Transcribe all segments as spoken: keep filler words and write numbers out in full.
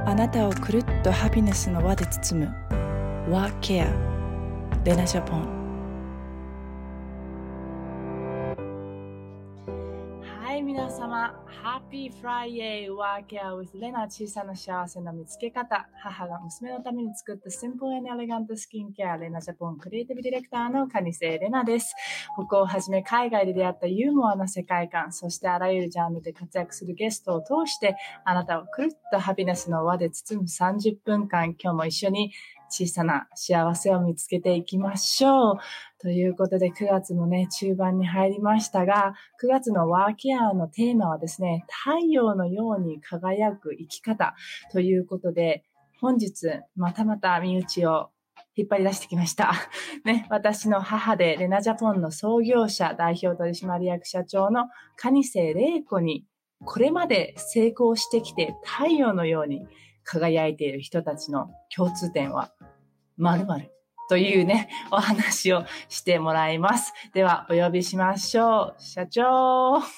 あなたをくるっとハピネスの輪で包む Work Care レナジャポン。はい、皆様 Happy Friday Work Care with レナ。小さな幸せの見つけ方。母が娘のために作った Simple and Elegant スキンケアレナジャポンクリエイティブディレクターの蟹瀬レナです。北欧をはじめ海外で出会ったユーモアな世界観、そしてあらゆるジャンルで活躍するゲストを通してあなたをくるっとハピネスの輪で包むさんじゅっぷんかん、今日も一緒に小さな幸せを見つけていきましょう。ということでくがつもね、中盤に入りましたが、くがつのワーケアのテーマはですね、太陽のように輝く生き方ということで、本日またまた身内を引っ張り出してきました。ね、私の母でレナジャポンの創業者、代表取締役社長の蟹瀬玲子に、これまで成功してきて太陽のように輝いている人たちの共通点は〇〇というね、お話をしてもらいます。では、お呼びしましょう。社長。 はい、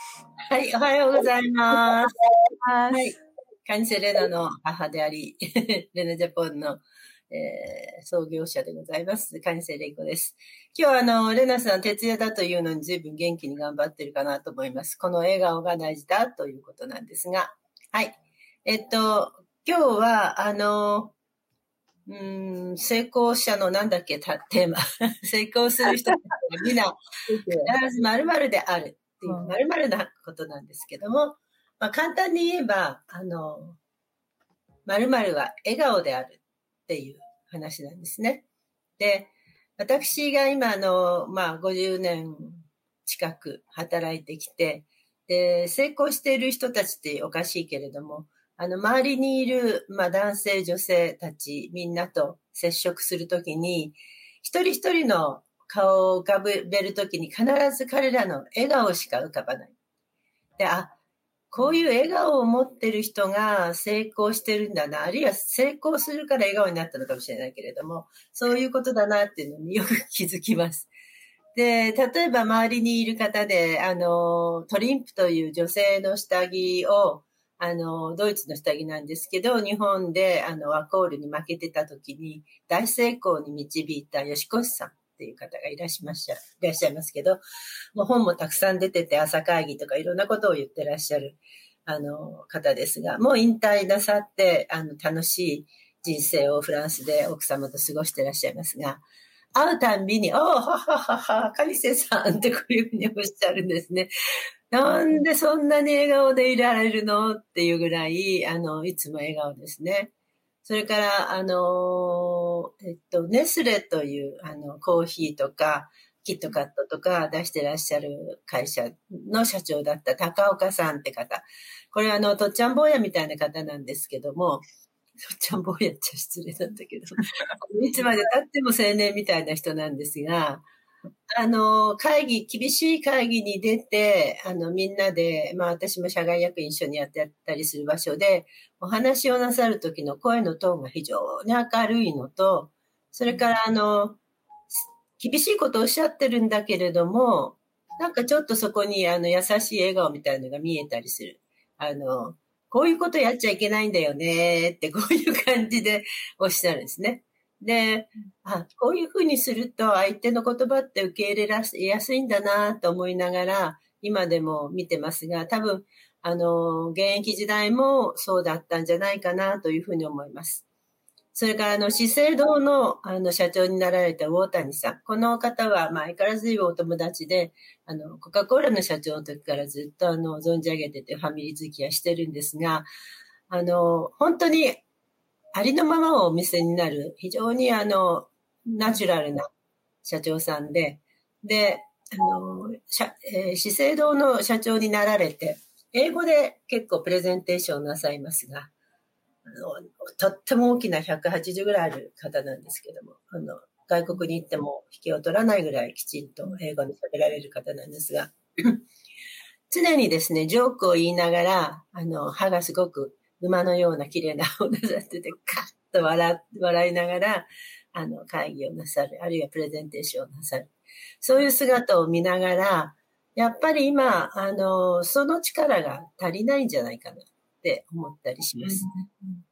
おはようございます。 はい。 蟹瀬レナの母であり、レナジャポンの、えー、創業者でございます。蟹瀬玲子です。今日はあの、レナさん徹夜だというのに随分元気に頑張ってるかなと思います。この笑顔が大事だということなんですが。はい。えっと、今日はあの、うーん、成功者のなんだっけ、テーマ。成功する人たちがみんな、必ず〇〇であるっていう、〇〇なことなんですけども、まあ、簡単に言えば、あの、〇〇は笑顔であるっていう話なんですね。で、私が今、あの、まあ、ごじゅうねん近く働いてきて、で、成功している人たちっておかしいけれども、あの、周りにいる、まあ、男性、女性たち、みんなと接触するときに、一人一人の顔を浮かべるときに必ず彼らの笑顔しか浮かばない。で、あ、こういう笑顔を持ってる人が成功してるんだな、あるいは成功するから笑顔になったのかもしれないけれども、そういうことだなっていうのによく気づきます。で、例えば周りにいる方で、あの、トリンプという女性の下着を、あの、ドイツの下着なんですけど、日本で、あの、ワコールに負けてた時に、大成功に導いた吉越さんっていう方がいらっしゃいました、いらっしゃいますけど、もう本もたくさん出てて、朝会議とかいろんなことを言ってらっしゃる、あの、方ですが、もう引退なさって、あの、楽しい人生をフランスで奥様と過ごしてらっしゃいますが、会うたんびに、おー、はははは、蟹瀬さんってこういうふうにおっしゃるんですね。なんでそんなに笑顔でいられるのっていうぐらい、あの、いつも笑顔ですね。それから、あの、えっと、ネスレという、あの、コーヒーとか、キットカットとか出してらっしゃる会社の社長だった高岡さんって方。これあの、とっちゃん坊やみたいな方なんですけども、とっちゃん坊やっちゃ失礼なんだけど、いつまで経っても青年みたいな人なんですが、あの、会議、厳しい会議に出て、あの、みんなで、まあ私も社外役員一緒にやってやったりする場所で、お話をなさる時の声のトーンが非常に明るいのと、それからあの、厳しいことをおっしゃってるんだけれども、なんかちょっとそこにあの、優しい笑顔みたいなのが見えたりする。あの、こういうことやっちゃいけないんだよねって、こういう感じでおっしゃるんですね。で、あ、こういうふうにすると相手の言葉って受け入れやすいんだなと思いながら、今でも見てますが、多分、あの、現役時代もそうだったんじゃないかなというふうに思います。それから、あの、資生堂の、あの、社長になられた大谷さん。この方は、まあ、相変わらずいいお友達で、あの、コカ・コーラの社長の時からずっと、あの、存じ上げてて、ファミリー付き合いしてるんですが、あの、本当に、ありのままをお見せになる、非常にあの、ナチュラルな社長さんで、で、あの、社えー、資生堂の社長になられて、英語で結構プレゼンテーションなさいますが、あの、とっても大きなひゃくはちじゅうぐらいある方なんですけども、あの、外国に行っても引けを取らないぐらいきちんと英語に喋られる方なんですが、常にですね、ジョークを言いながら、あの、歯がすごく馬のような綺麗な歯をなさってて、カッと笑、笑いながら、あの、会議をなさる、あるいはプレゼンテーションをなさる。そういう姿を見ながら、やっぱり今、あの、その力が足りないんじゃないかなって思ったりします。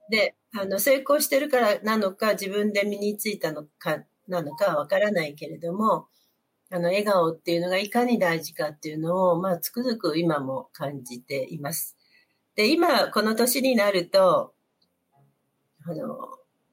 で、あの、成功してるからなのか、自分で身についたのか、なのかはわからないけれども、あの、笑顔っていうのがいかに大事かっていうのを、まあ、つくづく今も感じています。で、今、この年になると、あの、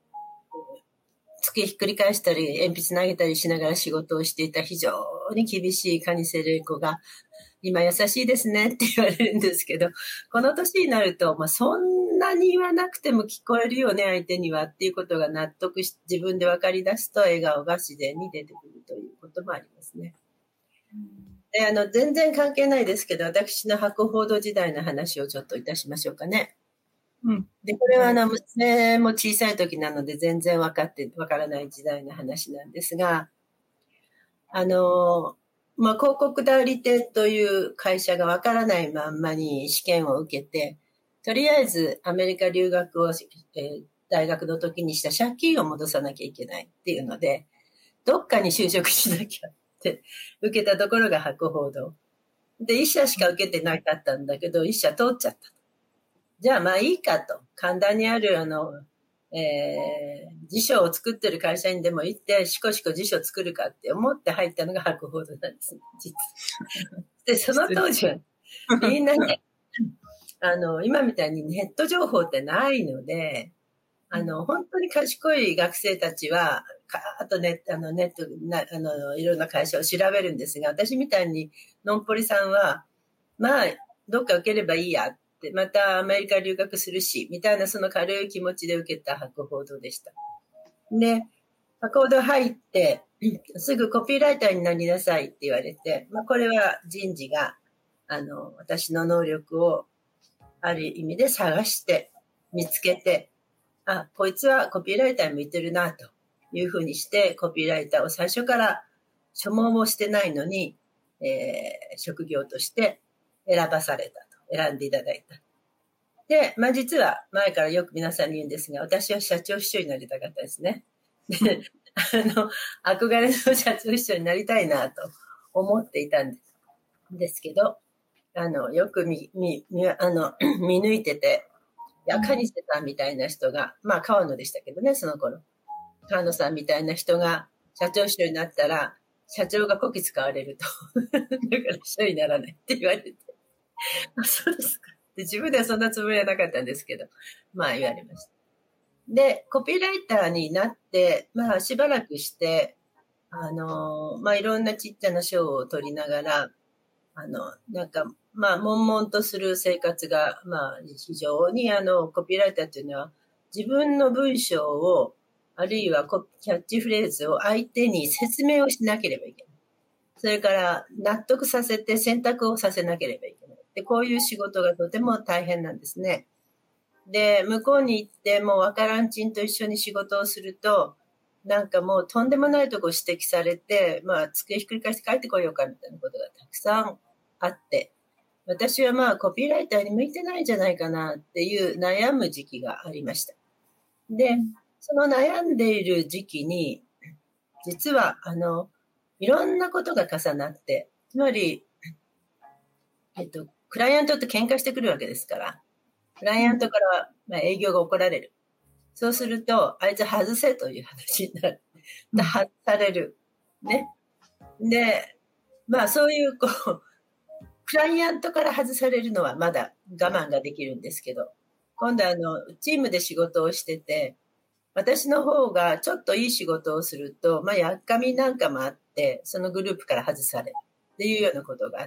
机ひっくり返したり、鉛筆投げたりしながら仕事をしていた非常に厳しい蟹瀬玲子が、今優しいですねって言われるんですけど、この年になると、まあ、そんなに言わなくても聞こえるよね、相手にはっていうことが納得し、自分で分かり出すと笑顔が自然に出てくるということもありますね。で、あの、全然関係ないですけど、私の博報堂時代の話をちょっといたしましょうかね。うん。で、これはあの、娘も小さい時なので全然分かって、分からない時代の話なんですが、あの、まあ、広告代理店という会社がわからないまんまに試験を受けて、とりあえずアメリカ留学を、えー、大学の時にした借金を戻さなきゃいけないっていうので、どっかに就職しなきゃって受けたところが博報堂。で、一社しか受けてなかったんだけど、一社通っちゃった。じゃあまあいいかと。神田にあるあの、えー、辞書を作ってる会社にでも行って、しこしこ辞書を作るかって思って入ったのが博報堂なんですね、実は。で、その当時は、みんなね、あの、今みたいにネット情報ってないので、あの、本当に賢い学生たちは、あとネット、あの、ネット、なあの、いろんな会社を調べるんですが、私みたいに、のんぽりさんは、まあ、どっか受ければいいや。またアメリカ留学するし、みたいなその軽い気持ちで受けた博報堂でした。で、博報堂入って、すぐコピーライターになりなさいって言われて、まあこれは人事が、あの、私の能力をある意味で探して見つけて、あ、こいつはコピーライターに向いてるな、というふうにして、コピーライターを最初から所望もしてないのに、えー、職業として選ばされた。選んでいただいた。で、まあ実は前からよく皆さんに言うんですが、私は社長秘書になりたかったですね。で、あの、憧れの社長秘書になりたいなと思っていたんですけど、あの、よく見、見、あの、見抜いてて、やかにしてたみたいな人が、まあ川野でしたけどね、その頃。川野さんみたいな人が社長秘書になったら、社長がこき使われると。だから秘書にならないって言われて。あ、そうですか。で、自分ではそんなつもりはなかったんですけど、まあ言われました。で、コピーライターになって、まあしばらくして、あの、まあいろんなちっちゃな賞を取りながら、あの、なんか、まあ、悶々とする生活が、まあ、非常にあの、コピーライターというのは、自分の文章を、あるいはキャッチフレーズを相手に説明をしなければいけない。それから納得させて選択をさせなければいけない。で、こういう仕事がとても大変なんですね。で、向こうに行ってもうわからんちんと一緒に仕事をすると、なんかもうとんでもないとこ指摘されて、まあ、机ひっくり返して帰ってこようかみたいなことがたくさんあって、私はまあコピーライターに向いてないんじゃないかなっていう悩む時期がありました。で、その悩んでいる時期に、実はあの、いろんなことが重なって、つまり、えっと、クライアントと喧嘩してくるわけですから、クライアントから、まあ、営業が怒られる。そうすると、あいつ外せという話になる。外される。ね。で、まあそういう、こう、クライアントから外されるのはまだ我慢ができるんですけど、今度あの、チームで仕事をしてて、私の方がちょっといい仕事をすると、まあ、やっかみなんかもあって、そのグループから外されるっていうようなことがあって、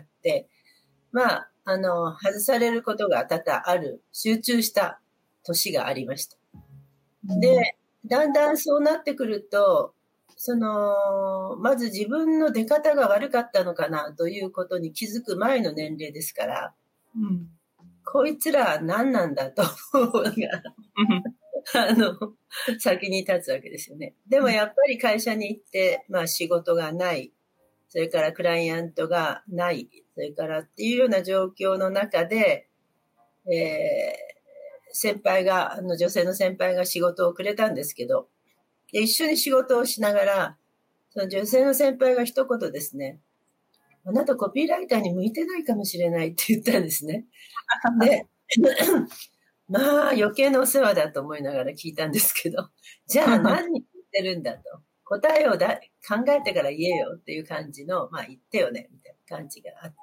まあ、あの、外されることが多々ある、集中した年がありました。で、だんだんそうなってくると、その、まず自分の出方が悪かったのかなということに気づく前の年齢ですから、うん、こいつら何なんだと思うのが、あの、先に立つわけですよね。でもやっぱり会社に行って、まあ仕事がない、それからクライアントがない、それからっていうような状況の中で、えー、先輩が、あの女性の先輩が仕事をくれたんですけど、で一緒に仕事をしながら、その女性の先輩が一言ですね、あなたコピーライターに向いてないかもしれないって言ったんですね。で、 まあ余計なお世話だと思いながら聞いたんですけど、じゃあ何言ってるんだと。答えをだ考えてから言えよっていう感じの、まあ言ってよね、みたいな感じがあって、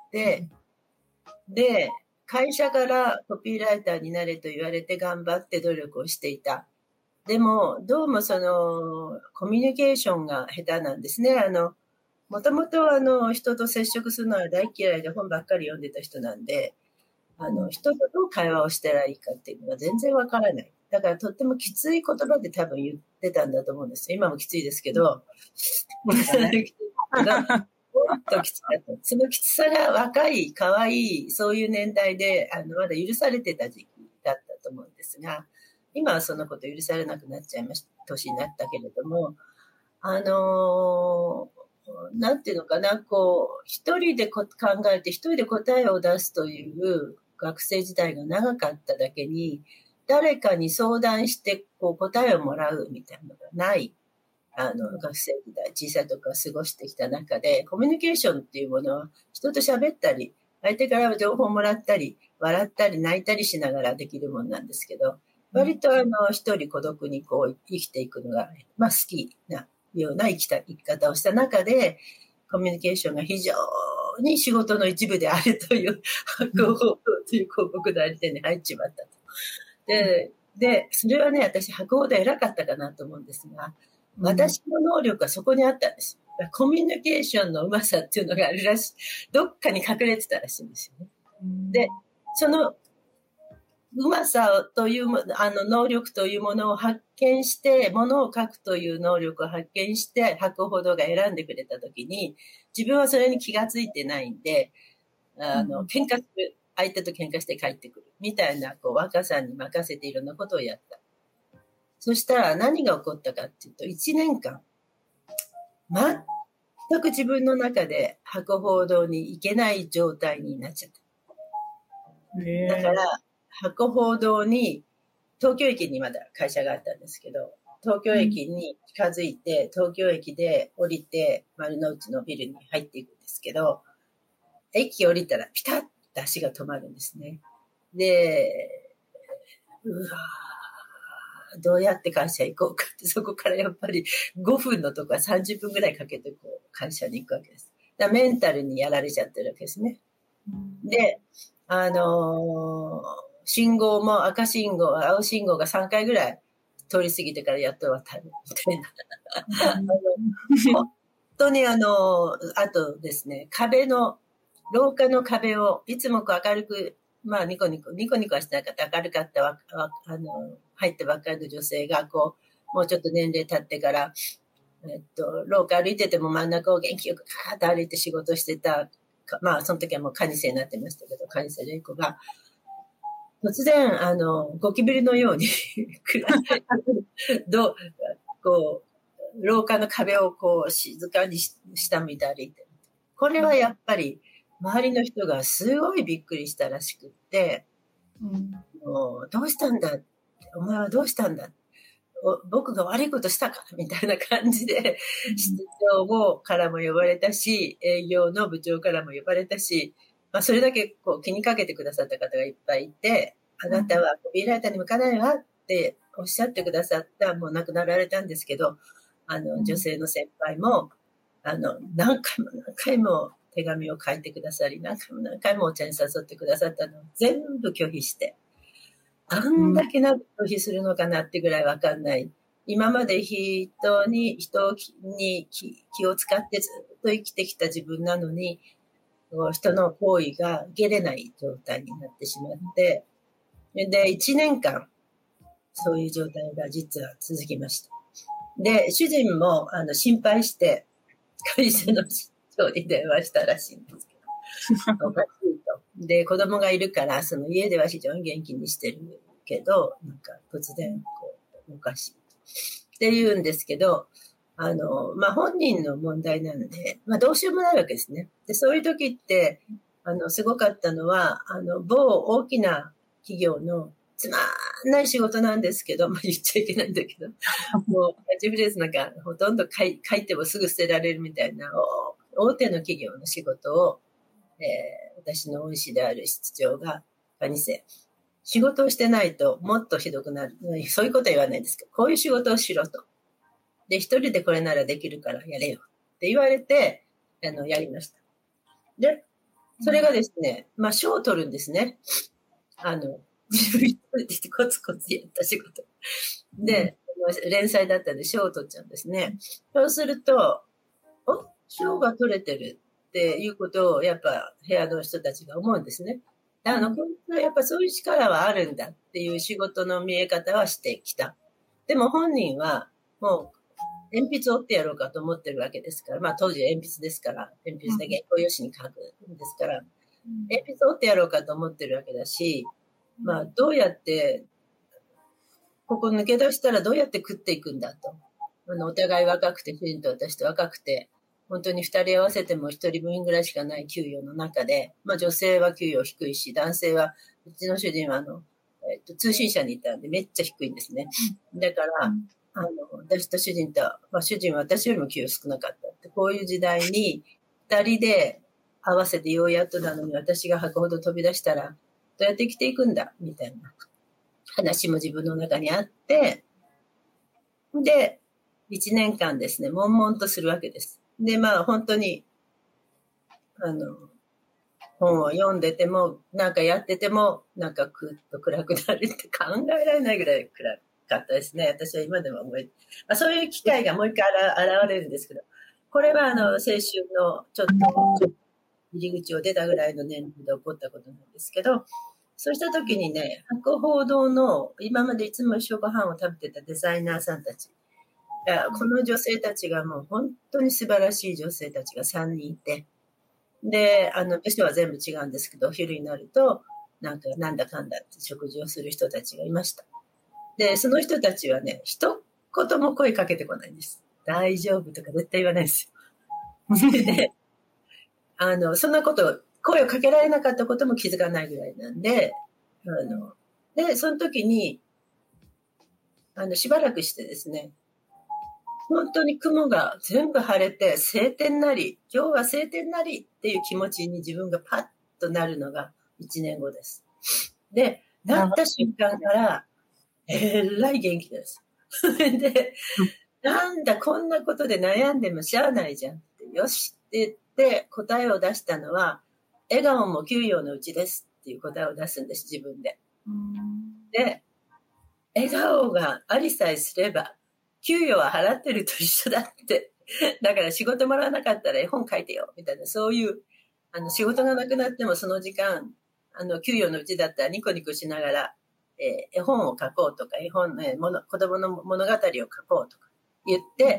で、会社からコピーライターになれと言われて頑張って努力をしていた。でも、どうもその、コミュニケーションが下手なんですね。あの、もともとあの、人と接触するのは大嫌いで本ばっかり読んでた人なんで、あの、人とどう会話をしたらいいかっていうのが全然わからない。だからとってもきつい言葉で多分言ってたんだと思うんですよ。今もきついですけど。もっときつかった。そのきつさが若い、可愛い、そういう年代で、あの、まだ許されてた時期だったと思うんですが、今はそのこと許されなくなっちゃいました、年になったけれども、あのー、なんていうのかな、こう、一人でこ考えて一人で答えを出すという学生時代が長かっただけに、誰かに相談してこう答えをもらうみたいなのがない、あの、学生時代、小さい時から過ごしてきた中で、コミュニケーションっていうものは人と喋ったり、相手から情報をもらったり、笑ったり泣いたりしながらできるもんなんですけど、割とあの、一人孤独にこう生きていくのが、まあ好きなような生きた、生き方をした中で、コミュニケーションが非常に仕事の一部であるという、広報という広告代理店に入っちまったと。で、で、それはね、私、白鵬で偉かったかなと思うんですが、私の能力はそこにあったんです。コミュニケーションのうまさっていうのがあるらしい。どっかに隠れてたらしいんですよね。で、そのうまさという、あの、能力というものを発見して、ものを書くという能力を発見して、博報堂が選んでくれたときに、自分はそれに気がついてないんで、あの、喧嘩する。相手と喧嘩して帰ってくる。みたいな、こう、若さに任せていろんなことをやった。そしたら何が起こったかっていうと、いちねんかん、全く自分の中で博報堂に行けない状態になっちゃった。だから、博報堂に、東京駅にまだ会社があったんですけど、東京駅に近づいて、東京駅で降りて、丸の内のビルに入っていくんですけど、駅降りたらピタッと足が止まるんですね。で、うわー、どうやって会社行こうかって、そこからやっぱりごふんのとこはさんじゅっぷんぐらいかけてこう会社に行くわけです。だからメンタルにやられちゃってるわけですね。で、あのー、信号も赤信号、青信号がさんかいぐらい通り過ぎてからやっと渡るみたいな。あの本当にあの、あとですね、壁の、廊下の壁をいつもこう明るく、まあニコニコ、ニコニコはしてなかった明るかったわ、あの、入ってばっかりの女性がこう、もうちょっと年齢経ってから、えっと、廊下歩いてても真ん中を元気よくカーッと歩いて仕事してた、まあその時はもうカニセになってましたけど、カニセレイコが、突然、あの、ゴキブリのようにどう、こう、廊下の壁をこう、静かに下向いて歩いてる。これはやっぱり、周りの人がすごいびっくりしたらしくって、うん、もうどうしたんだお前はどうしたんだ僕が悪いことしたかみたいな感じで、室長もからも呼ばれたし、営業の部長からも呼ばれたし、まあ、それだけこう気にかけてくださった方がいっぱいいて、あなたはコピーライターに向かないわっておっしゃってくださった、もう亡くなられたんですけど、あの、女性の先輩も、あの、何回も何回も手紙を書いてくださり、何回も何回もお茶に誘ってくださったのを全部拒否して、あんだけな拒否するのかなってぐらいわかんない。今まで人に、人に気を使ってずっと生きてきた自分なのに、人の行為が受けれない状態になってしまって、で、一年間、そういう状態が実は続きました。で、主人もあの心配して、会社の社長に電話したらしいんですけど、おかしいと。で、子供がいるから、その家では非常に元気にしてるけど、なんか突然、こう、おかしいって言うんですけど、あの、まあ、本人の問題なので、まあ、どうしようもないわけですね。で、そういう時って、あの、すごかったのは、あの、某大きな企業のつまんない仕事なんですけど、まあ、言っちゃいけないんだけど、もう、キャッチフレーズなんかほとんど書い書いてもすぐ捨てられるみたいな、大手の企業の仕事を、えー、私の恩師である室長が、カニセ、 仕事をしてないともっとひどくなる。そういうことは言わないんですけど、こういう仕事をしろと。で、一人でこれならできるからやれよって言われて、あの、やりました。で、それがですね、まあ、賞を取るんですね。あの、自分一人でコツコツやった仕事。で、連載だったんで賞を取っちゃうんですね。そうすると、お、賞が取れてるっていうことを、やっぱ部屋の人たちが思うんですね。あの、こいつはやっぱそういう力はあるんだっていう仕事の見え方はしてきた。でも本人は、もう、鉛筆を折ってやろうかと思ってるわけですから、まあ当時は鉛筆ですから、鉛筆で原稿用紙に書くんですから、鉛筆を折ってやろうかと思ってるわけだし、まあどうやって、ここ抜け出したらどうやって食っていくんだと。あの、お互い若くて、主人と私と若くて、本当に二人合わせても一人分ぐらいしかない給与の中で、まあ女性は給与低いし、男性は、うちの主人はあの、えっと、通信社にいたんでめっちゃ低いんですね。だから、あの、私と主人と、まあ主人は私よりも給与少なかったって、こういう時代に二人で合わせてようやっとなのに私が吐くほど飛び出したら、どうやって生きていくんだみたいな話も自分の中にあって、で、一年間ですね、悶々とするわけです。で、まあ本当に、あの、本を読んでても、なんかやってても、なんかくっと暗くなるって考えられないぐらい暗かったですね。私は今でも思い、まあ、そういう機会がもう一回現れるんですけど、これはあの、青春のちょっと入り口を出たぐらいの年齢で起こったことなんですけど、そうした時にね、博報堂の今までいつも一緒ご飯を食べてたデザイナーさんたち、この女性たちがもう本当に素晴らしい女性たちがさんにんいて、で、あの、部署は全部違うんですけど、お昼になると、なんか、なんだかんだって食事をする人たちがいました。で、その人たちはね、一言も声かけてこないんです。大丈夫とか絶対言わないんですよ。で、あの、そんなこと、声をかけられなかったことも気づかないぐらいなんで、あの、で、その時に、あの、しばらくしてですね、本当に雲が全部晴れて晴天なり、今日は晴天なりっていう気持ちに自分がパッとなるのがいちねんごです。で、なった瞬間から、えらい元気です。で、なんだこんなことで悩んでもしゃあないじゃんって、よしって言って答えを出したのは、笑顔も給与のうちですっていう答えを出すんです、自分で。で、笑顔がありさえすれば、給与は払ってると一緒だって。だから仕事もらわなかったら絵本書いてよ、みたいな、そういう、あの、仕事がなくなってもその時間、あの、給与のうちだったらニコニコしながら、えー、絵本を書こうとか、絵本、ね、もの、子供の物語を書こうとか言って、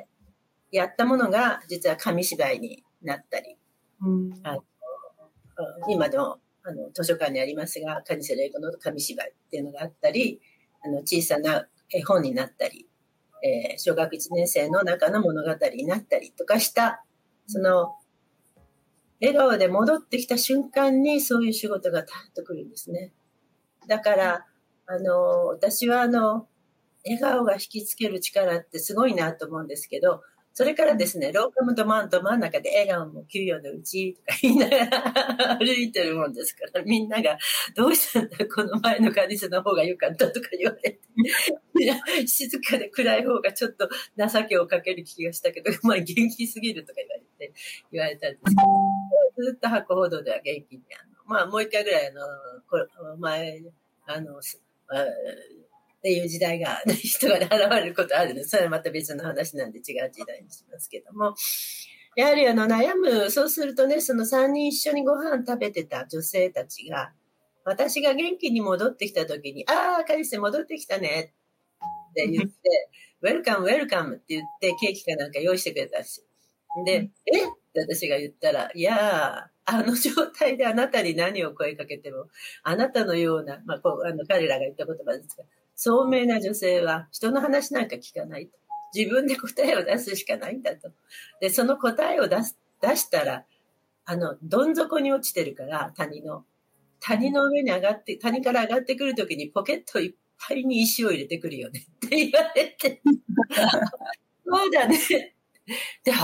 やったものが実は紙芝居になったり、うん、あの今でも、あの、図書館にありますが、蟹瀬玲子の紙芝居っていうのがあったり、あの、小さな絵本になったり、えー、小学いちねん生の中の物語になったりとかした、その、笑顔で戻ってきた瞬間にそういう仕事がタッとくるんですね。だから、あの、私はあの、笑顔が引きつける力ってすごいなと思うんですけど、それからですね、廊下もど真んど真ん中で笑顔も給与のうちとか言いながら歩いてるもんですから、みんながどうしたんだ、この前のカニスの方が良かったとか言われて、いや静かで暗い方がちょっと情けをかける気がしたけど、お前元気すぎるとか言われて、言われたんですけど、ずっと博報堂では元気に、あの、まあもう一回ぐらいあの、これ前、あの、っていう時代が、人が現れることあるので、それはまた別の話なんで違う時代にしますけども。やはりあの悩む、そうするとね、そのさんにん一緒にご飯食べてた女性たちが、私が元気に戻ってきた時に、ああ、カリス戻ってきたねって言って、ウェルカム、ウェルカムって言ってケーキかなんか用意してくれたし。で、えって私が言ったら、いやー、あの状態であなたに何を声かけても、あなたのような、まあ、こうあの彼らが言った言葉ですが、聡明な女性は人の話なんか聞かないと。自分で答えを出すしかないんだと。で、その答えを出す、出したら、あの、どん底に落ちてるから、谷の。谷の上に上がって、谷から上がってくるときにポケットいっぱいに石を入れてくるよねって言われて。そうだね。で、上げ、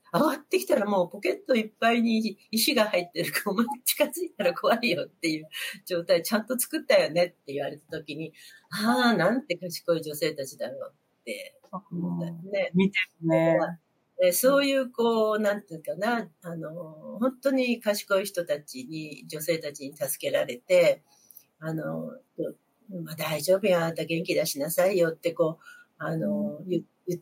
上がってきたらもうポケットいっぱいに石が入ってるから、お前近づいたら怖いよっていう状態ちゃんと作ったよねって言われたときに、ああ、なんて賢い女性たちだろうって思ったよね。 見てるね。 でそういう、こう、なんていうかな、あの、本当に賢い人たちに、女性たちに助けられて、あの、まあ、大丈夫や、あんた元気出しなさいよって、こう、あの、言って、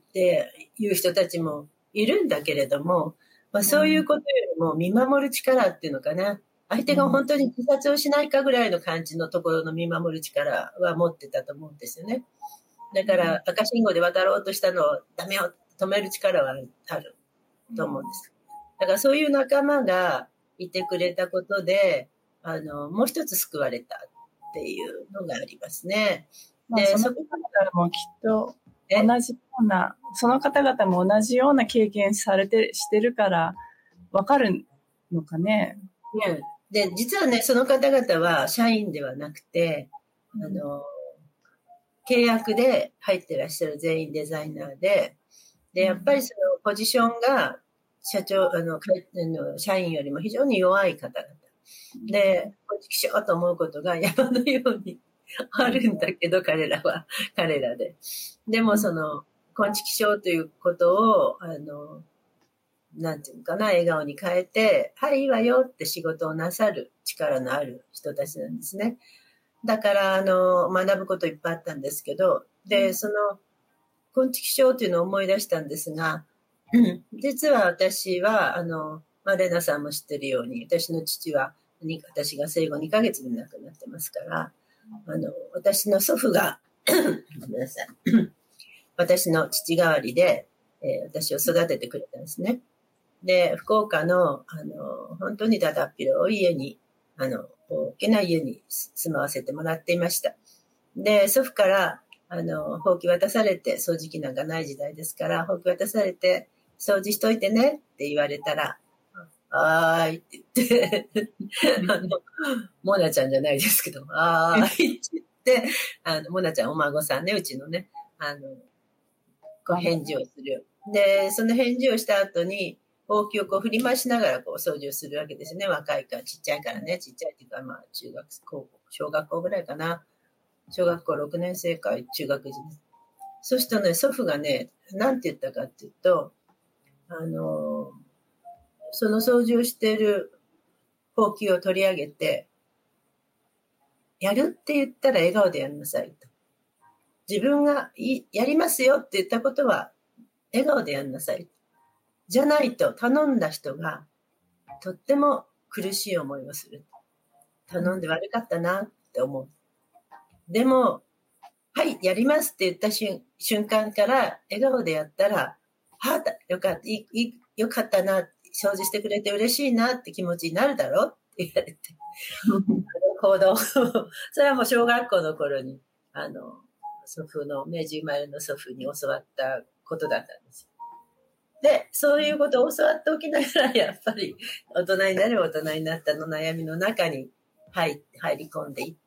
言う人たちもいるんだけれども、まあ、そういうことよりも見守る力っていうのかな。相手が本当に自殺をしないかぐらいの感じのところの見守る力は持ってたと思うんですよね。だから赤信号で渡ろうとしたのをダメよ、止める力はあると思うんです。だからそういう仲間がいてくれたことで、あの、もう一つ救われたっていうのがありますね。 まあ、その方々もきっと同じような、その方々も同じような経験されて、してるからわかるのかね。 うん。で、実はね、その方々は社員ではなくて、あの、契約で入ってらっしゃる全員デザイナーで、で、やっぱりそのポジションが社長、あの、社員よりも非常に弱い方々。で、こっち来しようと思うことが山のようにあるんだけど、彼らは、彼らで。でもその、こんちきしょうということを、あの、なんていうのかな、笑顔に変えて、はい、いいわよって仕事をなさる力のある人たちなんですね。だから、あの、学ぶこといっぱいあったんですけど、で、その、こんちきしょうというのを思い出したんですが、うん、実は私は、あの、まあ、レナさんも知ってるように、私の父は、私が生後にかげつで亡くなってますから、あの、私の祖父が、ごめんなさい。私の父代わりで、えー、私を育ててくれたんですね。で、福岡の、あの、本当にだだっ広い家に、あの、大きな家に住まわせてもらっていました。で、祖父から、あの、ほうき渡されて、掃除機なんかない時代ですから、ほうき渡されて、掃除しといてねって言われたら、はーいって言って、あの、モナちゃんじゃないですけど、はーいって言って、あの、モナちゃんお孫さんね、うちのね、あの、こう返事をする。で、その返事をした後に、ほうきをこう振り回しながらこう掃除をするわけですね。若いから、ちっちゃいからね、ちっちゃいっていうか、まあ、中学校、小学校ぐらいかな。小学校ろくねん生か中学時です。そうするとね、祖父がね、なんて言ったかっていうと、あの、その掃除をしているほうきを取り上げて、やるって言ったら笑顔でやりなさいと。自分がやりますよって言ったことは、笑顔でやりなさい。じゃないと頼んだ人がとっても苦しい思いをする。頼んで悪かったなって思う。でも、はい、やりますって言った瞬間から笑顔でやったら、はあ、よかった、いいよかったな、掃除してくれて嬉しいなって気持ちになるだろうって言われて。行動。それはもう小学校の頃に、あの、祖父の、明治生まれの祖父に教わったことだったんですよ。で、そういうことを教わっておきながら、やっぱり大人になる大人になったの悩みの中に入、入り込んでいって、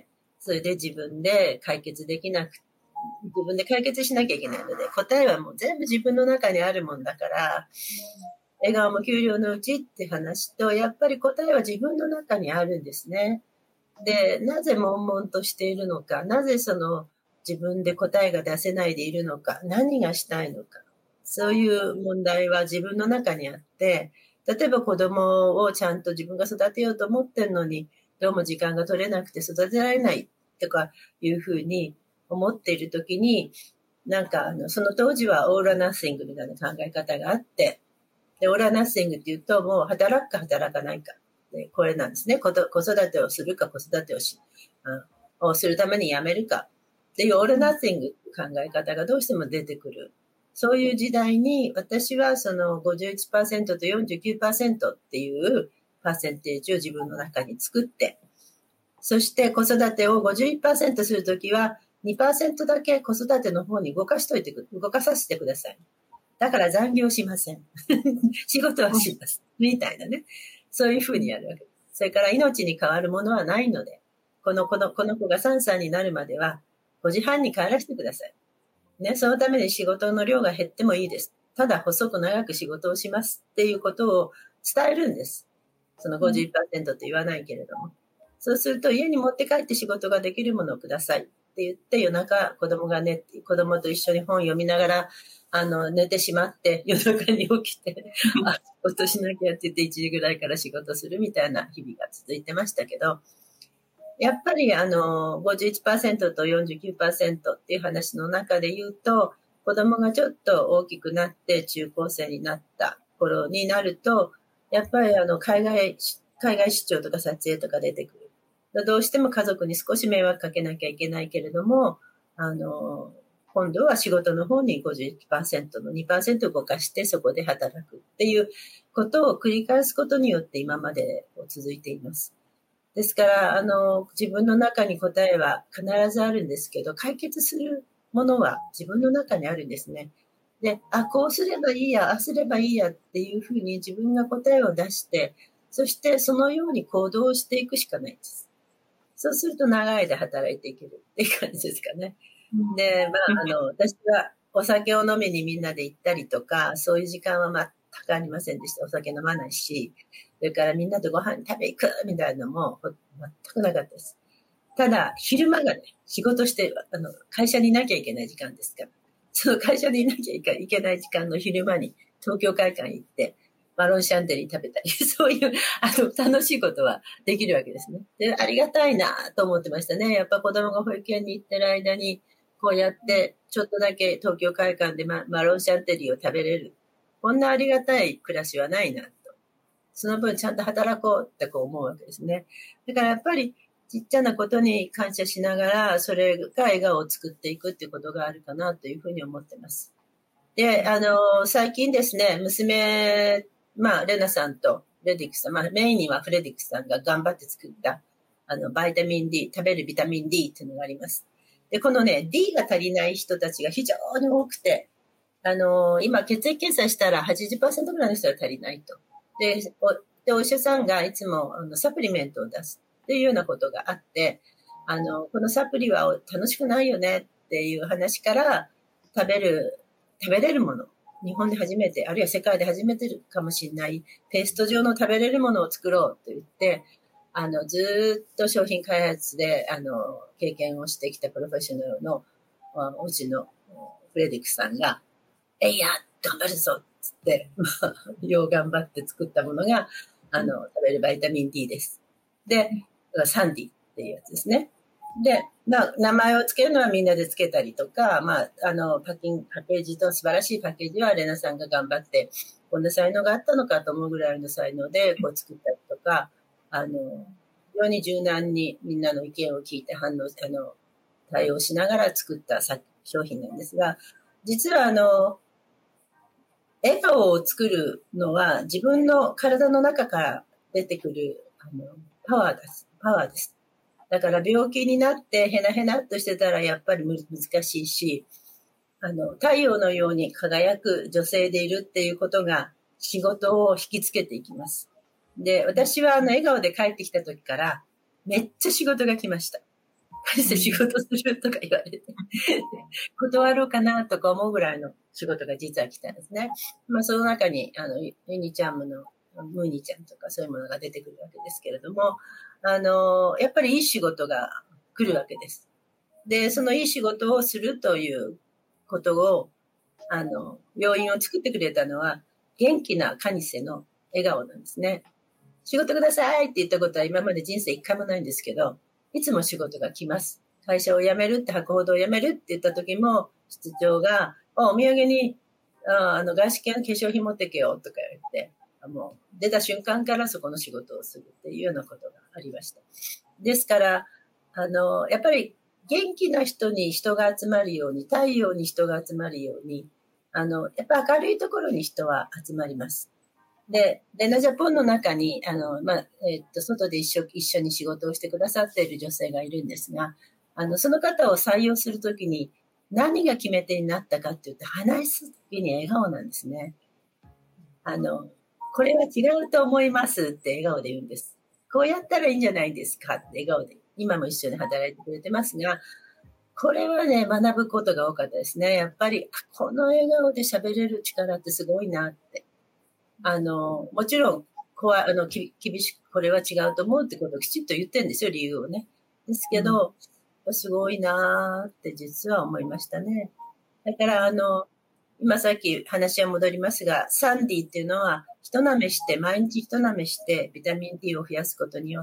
それで自分で解決できなく、自分で解決しなきゃいけないので、答えはもう全部自分の中にあるもんだから、笑顔も給料のうちって話と、やっぱり答えは自分の中にあるんですね。で、なぜ悶々としているのか、なぜその自分で答えが出せないでいるのか、何がしたいのか、そういう問題は自分の中にあって、例えば子供をちゃんと自分が育てようと思ってるのに、どうも時間が取れなくて育てられないとかいうふうに思っているときに、なんかあの、その当時はオーラナッシングみたいな考え方があって、で、オーラナッシングっていうと、もう働くか働かないか。でこれなんですね。子育てをするか子育てをし、あをするために辞めるか。っていうオーラナッシングっていう考え方がどうしても出てくる。そういう時代に私はその ごじゅういちパーセント と よんじゅうきゅうパーセント っていうパーセンテージを自分の中に作って、そして子育てを ごじゅういちパーセント するときは にパーセント だけ子育ての方に動かしといてく、動かさせてください。だから残業しません。仕事はします。みたいなね。そういうふうにやるわけです。それから命に変わるものはないので、この子の、この子がさんさいになるまではごじはんに帰らせてください。ね、そのために仕事の量が減ってもいいです。 ただ細く長く仕事をしますっていうことを伝えるんです。その ごじゅういちパーセント って言わないけれども。そうすると家に持って帰って仕事ができるものをくださいって言って、夜中子供が寝、子供と一緒に本読みながら、あの、寝てしまって、夜中に起きて、あ、仕事しなきゃって言っていちじぐらいから仕事するみたいな日々が続いてましたけど、やっぱりあの、ごじゅういちパーセント と よんじゅうきゅうパーセント っていう話の中で言うと、子供がちょっと大きくなって中高生になった頃になると、やっぱりあの、海外、海外出張とか撮影とか出てくる。どうしても家族に少し迷惑かけなきゃいけないけれども、あの、今度は仕事の方に ごじゅういちパーセント の にパーセント 動かしてそこで働くっていうことを繰り返すことによって今まで続いています。ですから、あの、自分の中に答えは必ずあるんですけど、解決するものは自分の中にあるんですね。で、あ、こうすればいいや、ああすればいいやっていうふうに自分が答えを出して、そしてそのように行動していくしかないです。そうすると長い間働いていけるっていう感じですかね。で、まあ、あの、私はお酒を飲みにみんなで行ったりとか、そういう時間は全くありませんでした。お酒飲まないし、それからみんなとご飯食べ行くみたいなのも全くなかったです。ただ、昼間がね、仕事して、あの、会社にいなきゃいけない時間ですから、その会社にいなきゃいけない時間の昼間に東京会館行って、マロンシャンデリー食べたり、そういう、あの、楽しいことはできるわけですね。で、ありがたいなと思ってましたね。やっぱ子供が保育園に行ってる間に、こうやって、ちょっとだけ東京会館でママロンシャンデリーを食べれる。こんなありがたい暮らしはないなと。その分ちゃんと働こうってこう思うわけですね。だからやっぱり、ちっちゃなことに感謝しながら、それが笑顔を作っていくっていうことがあるかなというふうに思ってます。で、あの、最近ですね、娘、まあ、レナさんとフレディックさん、まあ、メインにはフレディックさんが頑張って作った、あの、バイタミン D、食べるビタミン D っていうのがあります。で、このね、D が足りない人たちが非常に多くて、あの、今、血液検査したら はちじゅっパーセント ぐらいの人が足りないと。で、おでお医者さんがいつもあのサプリメントを出すっていうようなことがあって、あの、このサプリは楽しくないよねっていう話から、食べる、食べれるもの、日本で初めて、あるいは世界で初めてかもしれない、ペースト状の食べれるものを作ろうと言って、あの、ずっと商品開発で、あの、経験をしてきたプロフェッショナルの、うちのフレディックさんが、えいや、頑張るぞつって、よう頑張って作ったものが、あの、食べるバイタミン D です。で、サンディっていうやつですね。で、まあ、名前を付けるのはみんなで付けたりとか、まあ、あの、パッキング、パッケージと素晴らしいパッケージはレナさんが頑張って、こんな才能があったのかと思うぐらいの才能で、こう作ったりとか、あの、非常に柔軟にみんなの意見を聞いて反応、あの、対応しながら作った商品なんですが、実はあの、笑顔を作るのは自分の体の中から出てくるあのパワーです。パワーです。だから病気になってヘナヘナっとしてたらやっぱり難しいし、あの、太陽のように輝く女性でいるっていうことが仕事を引きつけていきます。で、私はあの笑顔で帰ってきた時からめっちゃ仕事が来ました。大して仕事するとか言われて、断ろうかなとか思うぐらいの仕事が実は来たんですね。まあその中に、あの、ユニチャームのムーニちゃんとかそういうものが出てくるわけですけれども、あの、やっぱりいい仕事が来るわけです。で、そのいい仕事をするということを、あの、要因を作ってくれたのは、元気なカニセの笑顔なんですね。仕事くださいって言ったことは今まで人生一回もないんですけど、いつも仕事が来ます。会社を辞めるって、博報堂を辞めるって言った時も、室長が、お土産に、ああの、外資系の化粧品持ってけよとか言って、もう出た瞬間からそこの仕事をするっていうようなことがありました。ですから、あの、やっぱり元気な人に人が集まるように、太陽に人が集まるように、あの、やっぱ明るいところに人は集まります。で、レナジャポンの中に、あの、まあ、えっと、外で一緒、一緒に仕事をしてくださっている女性がいるんですが、あの、その方を採用するときに何が決め手になったかっていうと、話すときに笑顔なんですね。あの、これは違うと思いますって笑顔で言うんです。こうやったらいいんじゃないですかって笑顔で。今も一緒に働いてくれてますが、 これはね、学ぶことが多かったですね。やっぱり、この笑顔で喋れる力ってすごいなって。あの、もちろん、怖い、あの、き厳しく、これは違うと思うってことをきちっと言ってるんですよ、理由をね。ですけど、うん、すごいなーって実は思いましたね。だから、あの、今さっき話は戻りますが、サンディっていうのは、一舐めして、毎日一舐めして、ビタミン D を増やすことによって、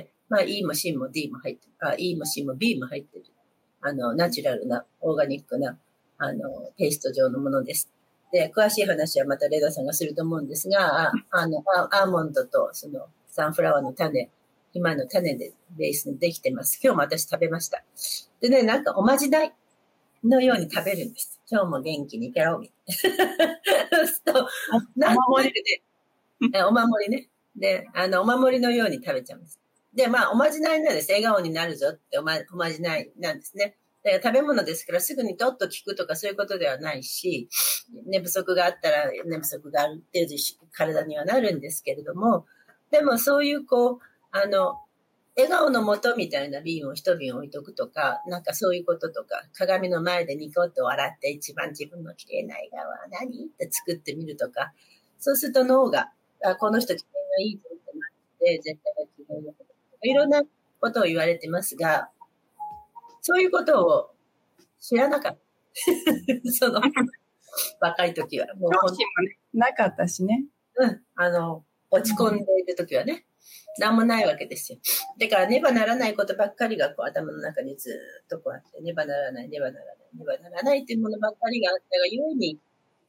まあ、E も C も D も入ってる。あ、E も C も B も入ってる。あの、ナチュラルな、オーガニックな、あの、ペースト状のものです。で、詳しい話はまたレダさんがすると思うんですが、あの、アーモンドと、その、サンフラワーの種、今の種でベースにできてます。今日も私食べました。でね、なんかおまじないのように食べるんです。今日も元気にペロミ。そうすると、なんとなくで、お守りね。で、あの、お守りのように食べちゃうんです。で、まあ、おまじないなんです。笑顔になるぞっておま、おまじないなんですね。だから食べ物ですからすぐにとっと効くとかそういうことではないし、寝不足があったら寝不足がある程度体にはなるんですけれども、でもそういうこう、あの、笑顔の元みたいな瓶を一瓶置いとくとか、なんかそういうこととか、鏡の前でニコッと笑って一番自分の綺麗な笑顔は何って作ってみるとか、そうすると脳が、あ、この人機嫌がいいぞってなって、絶対が機嫌がいい。いろんなことを言われてますが、そういうことを知らなかった。その、若い時は。 もう本当になかったしね。 うん。あの、落ち込んでいる時はね、なんもないわけですよ。だから、ねばならないことばっかりがこう頭の中にずっとこうあって、ねばならない、ねばならない、ねばならないっていうものばっかりがあったがゆえに、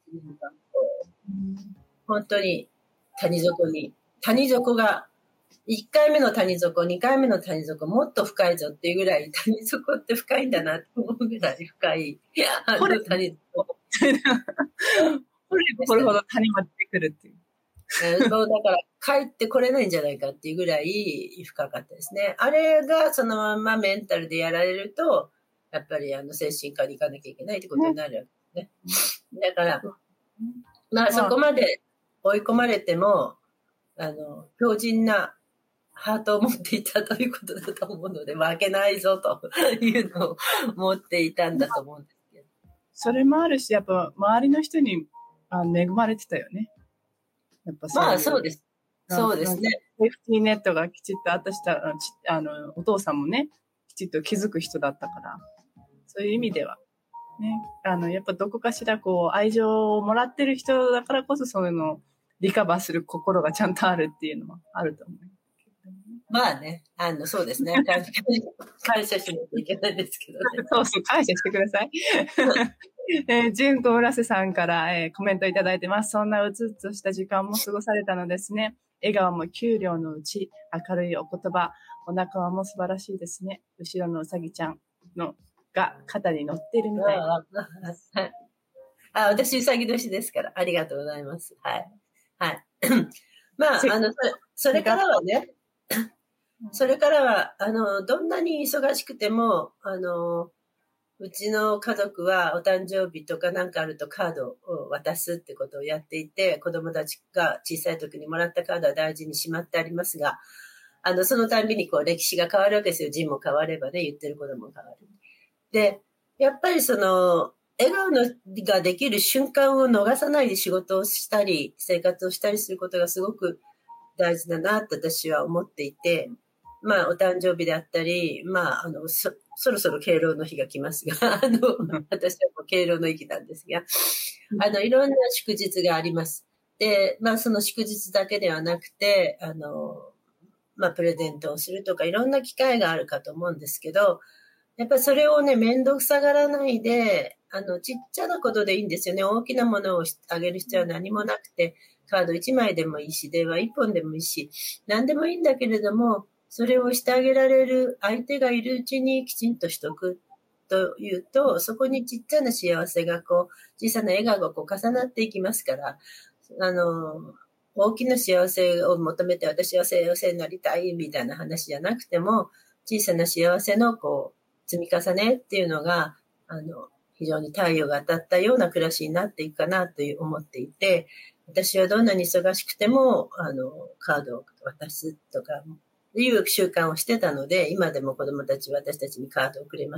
本当に谷底に、谷底が、いっかいめの谷底、にかいめの谷底、もっと深いぞっていうぐらい、谷底って深いんだなと思うぐらい深い、あの谷底。 掘れば掘るほど谷が出てくるっていう。 そうだから帰ってこれないんじゃないかっていうぐらい深かったですね。あれがそのままメンタルでやられると、やっぱりあの精神科に行かなきゃいけないってことになるわけですね。だから、まあそこまで追い込まれても、あの、強靭なハートを持っていたということだと思うので、負けないぞというのを持っていたんだと思うんですけど。 それもあるし、やっぱ周りの人にあ恵まれてたよね。やっぱまあそうです。そうですね。 セーフティーネットがきちっとあったしたあの、お父さんもね、きちっと気づく人だったから、そういう意味では、ね、あの、やっぱどこかしらこう、愛情をもらってる人だからこそ、そういうのをリカバーする心がちゃんとあるっていうのもあると思う。 まあね、あの、そうですね。感謝しないといけないですけどね。 そうそう、感謝してください。えー、純子村瀬さんから、えー、コメントいただいてます。そんなうつうつした時間も過ごされたのですね。笑顔も給料のうち、明るいお言葉、お仲間も素晴らしいですね。後ろのうさぎちゃんのが肩に乗っているみたいな。 あ、私うさぎ年ですから、ありがとうございます。はい。はい。まあ、あの、それからはね、それからは、あの、どんなに忙しくても、あの、うちの家族はお誕生日とかなんかあるとカードを渡すってことをやっていて、子供たちが小さい時にもらったカードは大事にしまってありますが、あの、そのたんびにこう歴史が変わるわけですよ。字も変わればね、言ってることも変わる。で、やっぱりその、笑顔のができる瞬間を逃さないで仕事をしたり、生活をしたりすることがすごく大事だなと私は思っていて、まあ、お誕生日であったり、まあ、あの、そ、そろそろ敬老の日が来ますが、あの、私はもう敬老の日なんですが、あの、いろんな祝日があります。で、まあ、その祝日だけではなくて、あの、まあ、プレゼントをするとか、いろんな機会があるかと思うんですけど、やっぱりそれをね、めんどくさがらないで、あの、ちっちゃなことでいいんですよね。大きなものをあげる必要は何もなくて、カードいちまいでもいいし、電話いっぽんでもいいし、何でもいいんだけれども、それをしてあげられる相手がいるうちにきちんとしとくというと、そこにちっちゃな幸せがこう、小さな笑顔がこう重なっていきますから、あの、大きな幸せを求めて私は幸せになりたいみたいな話じゃなくても、小さな幸せのこう、積み重ねっていうのが、あの、非常に太陽が当たったような暮らしになっていくかなという思っていて、私はどんなに忙しくても、あの、カードを渡すとか、いう習慣をしてたので、今でも子供たちは私たちにカードをくれます。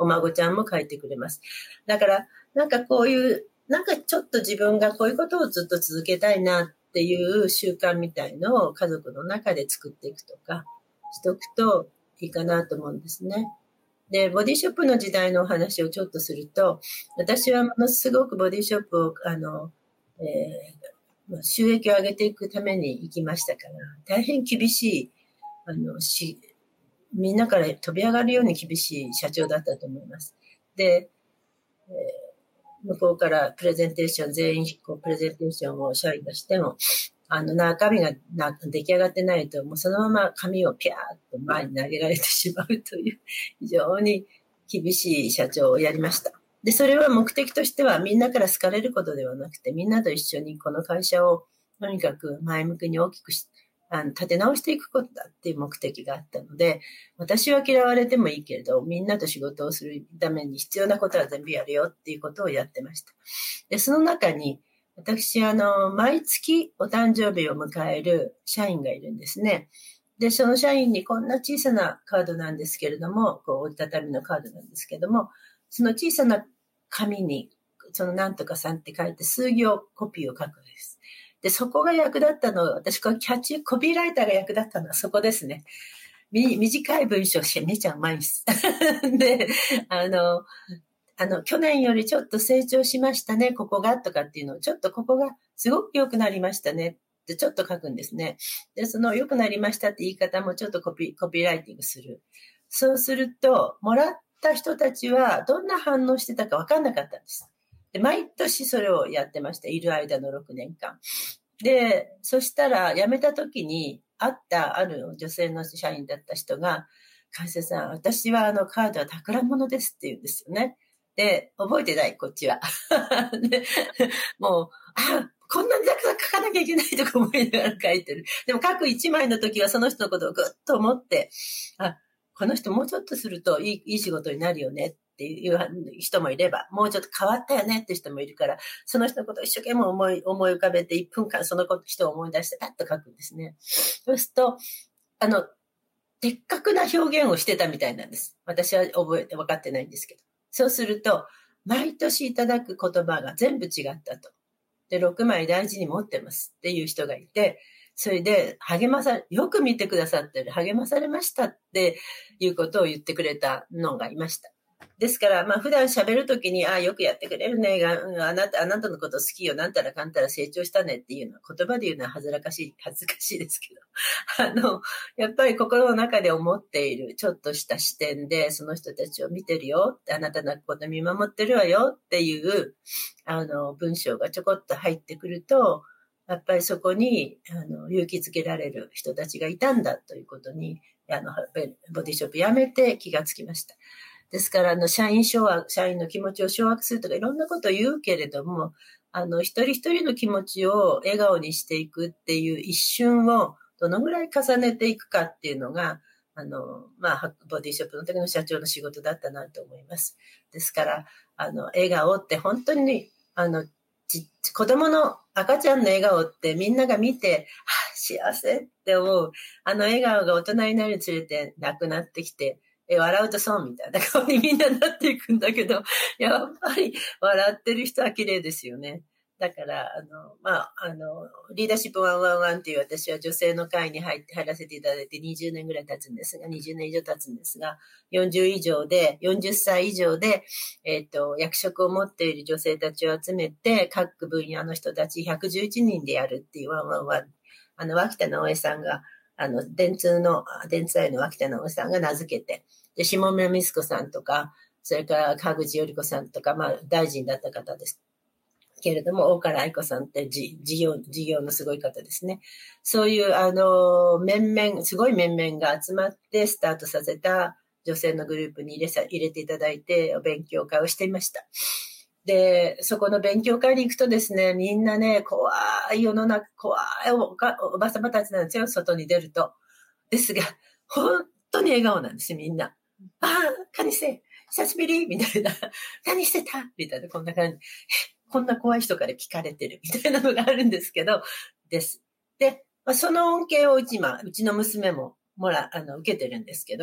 お孫ちゃんも書いてくれます。だから、なんかこういう、なんかちょっと自分がこういうことをずっと続けたいなっていう習慣みたいのを家族の中で作っていくとか、しておくといいかなと思うんですね。で、ボディショップの時代のお話をちょっとすると、私はものすごくボディショップを、あの、えー、収益を上げていくために行きましたから、大変厳しい、あの、し、みんなから飛び上がるように厳しい社長だったと思います。で、えー、向こうからプレゼンテーション、全員こうプレゼンテーションを社員がしても、あの、中身がな出来上がってないと、もうそのまま紙をピャーッと前に投げられてしまうという、非常に厳しい社長をやりました。で、それは目的としてはみんなから好かれることではなくて、みんなと一緒にこの会社をとにかく前向きに大きくし、あの、立て直していくことだっていう目的があったので、私は嫌われてもいいけれど、みんなと仕事をするために必要なことは全部やるよっていうことをやってました。で、その中に、私、あの、毎月お誕生日を迎える社員がいるんですね。で、その社員にこんな小さなカードなんですけれども、こう、折りたたみのカードなんですけれども、その小さな紙に、そのなんとかさんって書いて数行コピーを書くんです。で、そこが役立ったのは、私、このキャッチ、コピーライターが役立ったのはそこですね。み、短い文章をめちゃうまいです。で、あの、あの、去年よりちょっと成長しましたね、ここが、とかっていうのを、ちょっとここがすごく良くなりましたねってちょっと書くんですね。で、その良くなりましたって言い方もちょっとコピー、コピーライティングする。そうすると、もらった人たちはどんな反応してたか分かんなかったんです。で、毎年それをやってました。いる間のろくねんかん。で、そしたら辞めた時に会ったある女性の社員だった人が、関西さん、私はあのカードは宝物ですって言うんですよね。で、覚えてない、こっちは。でもう、あ、こんなにたくさん書かなきゃいけないとか思いながら書いてる。でも書く一枚の時はその人のことをぐっと思って、あ、この人もうちょっとするといい、いい仕事になるよねっていう人もいれば、もうちょっと変わったよねって人もいるから、その人のことを一生懸命思い、思い浮かべていっぷんかんその人を思い出してパッと書くんですね。そうすると、あの、的確な表現をしてたみたいなんです。私は覚えて分かってないんですけど。そうすると、毎年いただく言葉が全部違ったと。で、ろくまい大事に持ってますっていう人がいて、それで励まさ、よく見てくださってる、励まされましたっていうことを言ってくれたのがいました。ですから、まあ普段喋るときに、ああ、よくやってくれるね、があなた、あなたのこと好きよ、なんたらかんたら成長したねっていうのは、言葉で言うのは恥ずかしい、恥ずかしいですけど、あの、やっぱり心の中で思っている、ちょっとした視点で、その人たちを見てるよって、あなたのこと見守ってるわよっていう、あの、文章がちょこっと入ってくると、やっぱりそこに、あの、勇気づけられる人たちがいたんだということに、あの、ボディショップやめて気がつきました。ですから、あの、社員掌握、社員の気持ちを掌握するとかいろんなことを言うけれども、あの、一人一人の気持ちを笑顔にしていくっていう一瞬をどのぐらい重ねていくかっていうのが、あの、まあ、ボディショップの時の社長の仕事だったなと思います。ですから、あの、笑顔って本当に、あの、子供の赤ちゃんの笑顔ってみんなが見て、はあ、幸せって思う。あの笑顔が大人になるにつれてなくなってきて、え、笑うと損みたいな顔にみんななっていくんだけど、やっぱり笑ってる人は綺麗ですよね。だから、あの、まあ、あの、リーダーシップワンワンワンっていう私は女性の会に入って、入らせていただいてにじゅうねんぐらい経つんですが、にじゅうねん以上経つんですが、よんじゅう以上で、よんじゅっさい以上で、えっと、役職を持っている女性たちを集めて、各分野の人たちひゃくじゅういちにんでやるっていうワンワンワン。あの、脇田直江さんが、あの、電通の、電通愛の脇田直江さんが名付けて、で、下村美津子さんとか、それから川口より子さんとか、まあ、大臣だった方です。けれども、大原愛子さんって事業、事業のすごい方ですね。そういう、あの、面々、すごい面々が集まってスタートさせた女性のグループに入れさ、入れていただいて、お勉強会をしていました。で、そこの勉強会に行くとですね、みんなね、怖い世の中、怖いおば、おばさまたちなんですよ、外に出ると。ですが、本当に笑顔なんですよ、みんな。ああ、カニセ、久しぶりみたいな。何してたみたいな、こんな感じ。こんな怖い人から聞かれてるみたいなのがあるんですけど、です。で、まあ、その恩恵をうち、まあ、うちの娘ももら、あの、受けてるんですけど、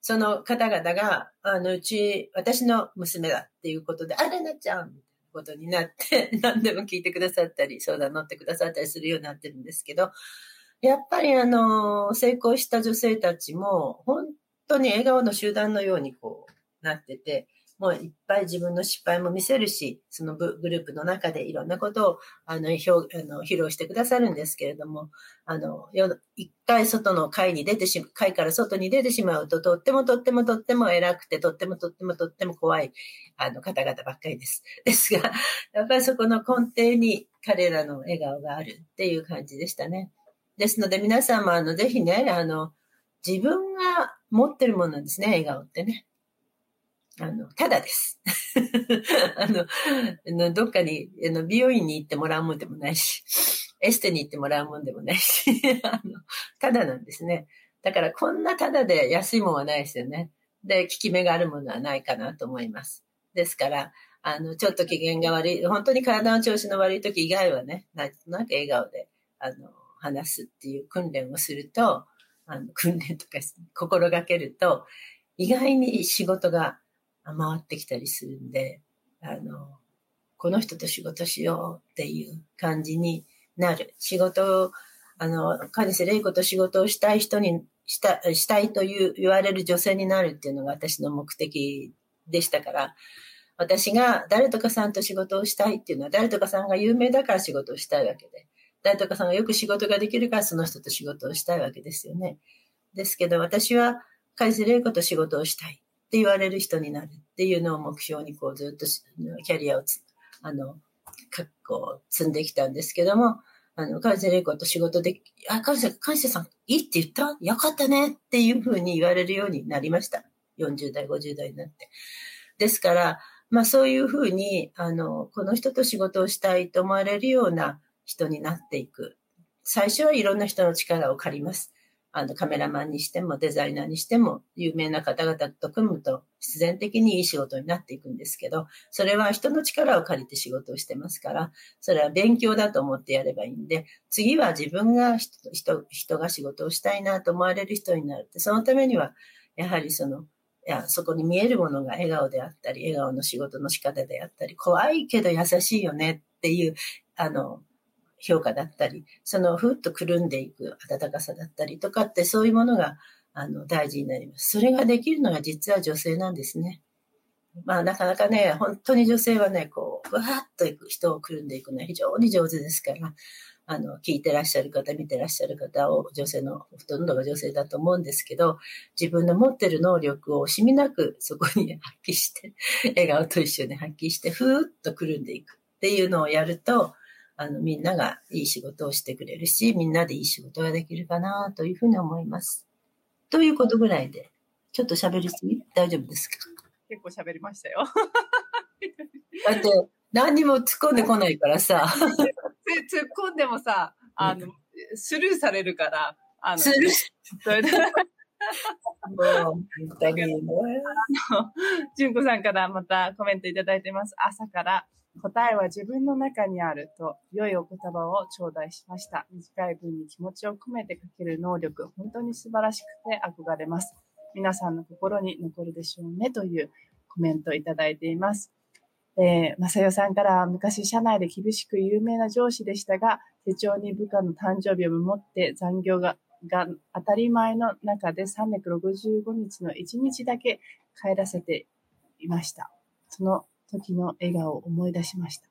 その方々が、あの、うち、私の娘だっていうことで、あ、レナちゃん、みたいなことになって、何でも聞いてくださったり、相談乗ってくださったりするようになってるんですけど、やっぱりあの、成功した女性たちも、本当に笑顔の集団のようにこう、なってて、もういっぱい自分の失敗も見せるし、そのグループの中でいろんなことをあの表あの披露してくださるんですけれども、あの、一回外の会に出てしまう、会から外に出てしまうと、とってもとってもとっても偉くて、とってもとってもとっても怖い、あの方々ばっかりです。ですが、やっぱりそこの根底に彼らの笑顔があるっていう感じでしたね。ですので皆さんもあの、ぜひね、あの、自分が持ってるものなんですね、笑顔ってね。あの、ただです。あの、どっかに、あの、美容院に行ってもらうもんでもないし、エステに行ってもらうもんでもないし、あの、ただなんですね。だからこんなただで安いもんはないですよね。で、効き目があるものはないかなと思います。ですから、あの、ちょっと機嫌が悪い、本当に体の調子の悪い時以外はね、なんとなく笑顔で、あの、話すっていう訓練をすると、あの、訓練とか心がけると、意外に仕事が回ってきたりするんで、あの、この人と仕事しようっていう感じになる。仕事を、あの、金瀬玲子と仕事をしたい人に、した、したいという言われる女性になるっていうのが私の目的でしたから、私が誰とかさんと仕事をしたいっていうのは誰とかさんが有名だから仕事をしたいわけで、誰とかさんがよく仕事ができるからその人と仕事をしたいわけですよね。ですけど私は金瀬玲子と仕事をしたいって言われる人になるっていうのを目標にこうずっとキャリアをつ、あの、かこう積んできたんですけども、あの、金瀬玲子と仕事で、あ、金瀬、金瀬さんいいって言った?よかったねっていうふうに言われるようになりました。よんじゅう代、ごじゅう代になって。ですから、まあそういうふうに、あの、この人と仕事をしたいと思われるような人になっていく。最初はいろんな人の力を借ります。あの、カメラマンにしてもデザイナーにしても、有名な方々と組むと必然的にいい仕事になっていくんですけど、それは人の力を借りて仕事をしてますから、それは勉強だと思ってやればいいんで、次は自分が人、人、人が仕事をしたいなと思われる人になるって、そのためには、やはりその、いや、そこに見えるものが笑顔であったり、笑顔の仕事の仕方であったり、怖いけど優しいよねっていう、あの、評価だったり、そのふっとくるんでいく温かさだったりとかって、そういうものが、あの、大事になります。それができるのが実は女性なんですね。まあ、なかなかね、本当に女性はね、こう、ふわっといく人をくるんでいくのは非常に上手ですから、あの、聞いてらっしゃる方、見てらっしゃる方を女性の、ほとんどが女性だと思うんですけど、自分の持ってる能力を惜しみなくそこに発揮して、笑顔と一緒に発揮して、ふーっとくるんでいくっていうのをやると、あの、みんながいい仕事をしてくれるし、みんなでいい仕事ができるかなというふうに思います。ということぐらいで、ちょっと喋りすぎ?大丈夫ですか? 結構喋りましたよ。 だって、何にも突っ込んでこないからさ。 突っ込んでもさ、あの、スルーされるから、あの、 スルーそれで、 もう、本当にね。 純子さんからまたコメントいただいてます。朝から答えは自分の中にあると良いお言葉を頂戴しました。短い文に気持ちを込めて書ける能力、本当に素晴らしくて憧れます。皆さんの心に残るでしょうねというコメントをいただいています。えー、まさよさんから昔社内で厳しく有名な上司でしたが、手帳に部下の誕生日を守って残業がが当たり前の中でさんびゃくろくじゅうごにちのいちにちだけ帰らせていました。その時の笑顔を思い出しました。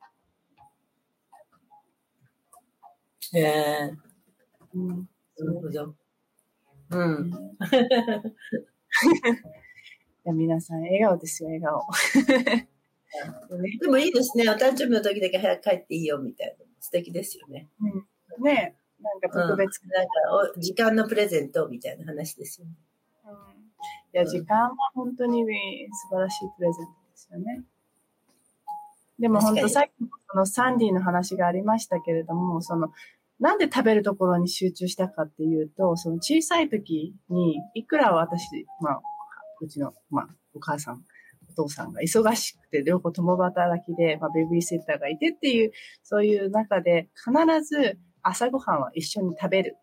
へえー。 うん。 なるほど。うん。いや皆さん笑顔ですよ、笑顔。 でもいいですね。お誕生日の時だけ早く帰っていいよみたいな。素敵ですよね。 うん、ねえ、なんか特別、 うん、なんかお時間のプレゼントみたいな話ですよね。 うん、いや、時間は本当に素晴らしいプレゼントですよね。でも本当さっきそのサンディの話がありましたけれども、そのなんで食べるところに集中したかっていうと、その小さい時にいくら私、まあうちのまあお母さん、お父さんが忙しくて両方共働きで、まあ、ベビーシッターがいてっていうそういう中で必ず朝ごはんは一緒に食べる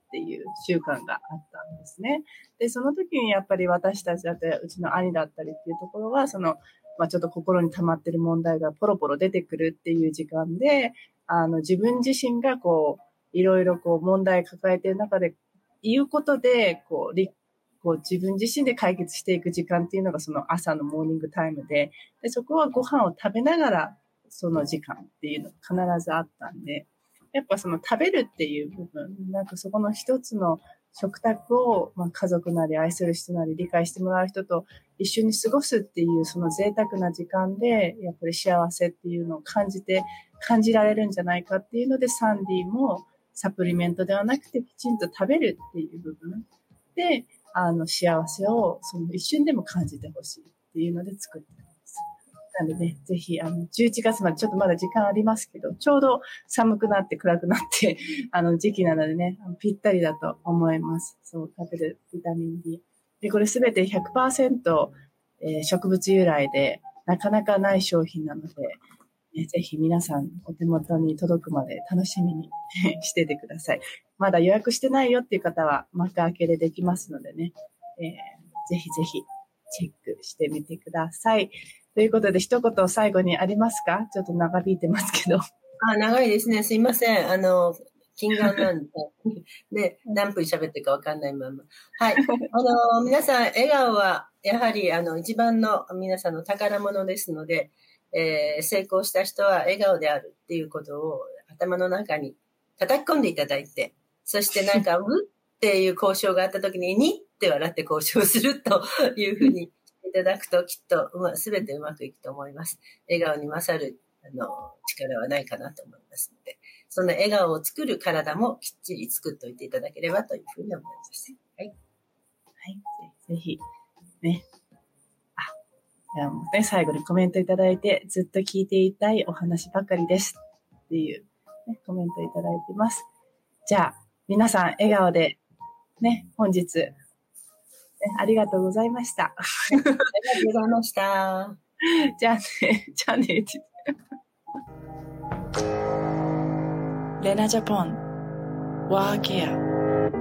っていう習慣があったんですね。で、その時にやっぱり私たちだったり、うちの兄だったりっていうところは、その、まあちょっと心に溜まってる問題がポロポロ出てくるっていう時間で、あの、自分自身がこう、いろいろこう問題抱えている中で言うことで、こう、こう自分自身で解決していく時間っていうのがその朝のモーニングタイムで、でそこはご飯を食べながらその時間っていうのが必ずあったんで、やっぱその食べるっていう部分、なんかそこの一つの食卓を、まあ、家族なり愛する人なり理解してもらう人と一緒に過ごすっていうその贅沢な時間でやっぱり幸せっていうのを感じて感じられるんじゃないかっていうので、サンディもサプリメントではなくてきちんと食べるっていう部分で、あの幸せをその一瞬でも感じてほしいっていうので作ってます。なのでね、ぜひあのじゅういちがつまでちょっとまだ時間ありますけど、ちょうど寒くなって暗くなってあの時期なのでね、ぴったりだと思います。そう食べるビタミン D。で、これすべて ひゃくパーセント、えー、植物由来でなかなかない商品なので、ね、ぜひ皆さんお手元に届くまで楽しみにしててください。まだ予約してないよっていう方は幕開けでできますのでね、えー、ぜひぜひチェックしてみてください。ということで一言最後にありますか？ちょっと長引いてますけど。 あ、長いですね。すいません。あの、金眼なんで、で、何分喋ってるかわかんないまま。はい。あの、皆さん、笑顔は、やはり、あの、一番の皆さんの宝物ですので、えー、成功した人は笑顔であるっていうことを頭の中に叩き込んでいただいて、そしてなんか、うっていう交渉があった時に、にって笑って交渉するというふうにしていただくと、きっと、うま、すべてうまくいくと思います。笑顔に勝る、あの、力はないかなと思いますので、その笑顔を作る体もきっちり作っておいていただければというふうに思います。はい。 はい。ぜひ、ね。いやもうね、最後にコメントいただいて、ずっと聞いていたいお話ばかりですっていう、ね、コメントいただいてます。じゃあ、皆さん笑顔で、ね、本日、ね、ありがとうございました。 ありがとうございました。 じゃあね、じゃあね。レナジャポン、ワーケア。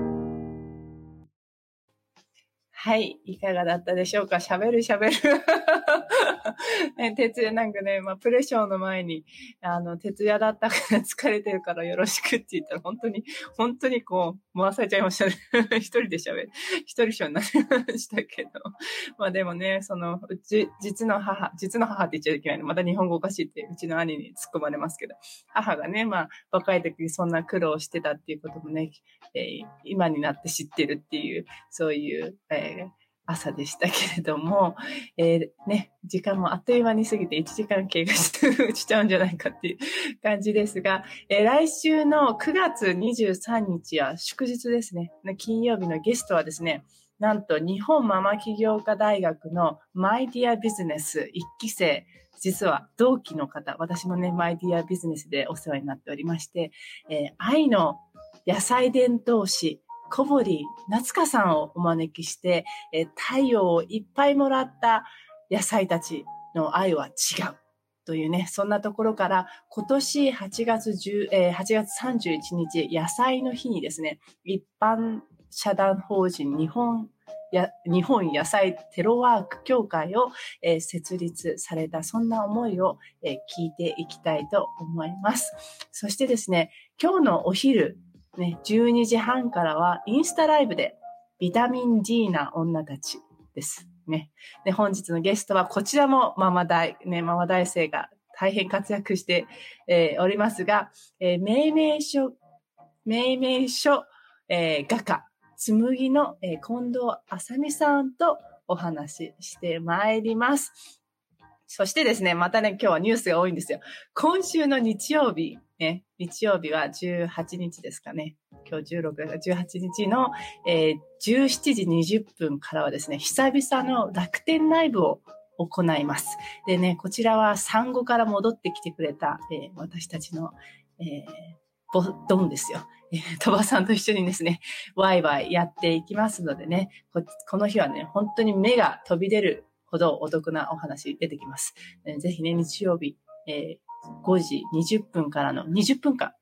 はい。いかがだったでしょうか？喋る喋る。ね、徹夜なんかね、まあ、プレショーの前に、あの、徹夜だったから疲れてるからよろしくって言ったら、本当に、本当にこう、回されちゃいましたね。一人で喋る。一人ショーになりましたけど。まあでもね、その、うち、実の母、実の母って言っちゃいけないの。また日本語おかしいって、うちの兄に突っ込まれますけど。母がね、まあ、若い時にそんな苦労してたっていうこともね、えー、今になって知ってるっていう、そういう、えー朝でしたけれども、えー、ね、時間もあっという間に過ぎていちじかん経過しちゃうんじゃないかっていう感じですが、えー、来週のくがつにじゅうさんにちは祝日ですね。金曜日のゲストはですね、なんと日本ママ起業家大学のマイディアビジネスいっき生、実は同期の方、私もね、マイディアビジネスでお世話になっておりまして、えー、愛の野菜伝道師、小堀夏香さんをお招きして、えー、太陽をいっぱいもらった野菜たちの愛は違うというね、そんなところから今年はちがつじゅう、えー、はちがつさんじゅういちにち野菜の日にですね、一般社団法人日本や日本野菜テロワーク協会を、えー、設立された、そんな思いを、えー、聞いていきたいと思います。そしてですね、今日のお昼ね、じゅうにじはんからはインスタライブでビタミン D な女たちですね。で、本日のゲストはこちらもママ大、ね、ママ大生が大変活躍して、えー、おりますが、えー、命名書、命名書、えー、画家、紬の、えー、近藤あさみさんとお話ししてまいります。そしてですね、またね、今日はニュースが多いんですよ。今週の日曜日、ね、日曜日はじゅうはちにちですかね。今日じゅうろくだからじゅうはちにちの、えー、じゅうしちじにじゅっぷんからはですね、久々の楽天ライブを行います。でね、こちらは産後から戻ってきてくれた、えー、私たちの、えー、ボドンですよ。えー、鳥羽さんと一緒にですね、ワイワイやっていきますのでね、こ、この日はね、本当に目が飛び出るほどお得なお話出てきます。えー、ぜひね、日曜日、えー、ごじにじゅっぷんからのにじゅっぷんかん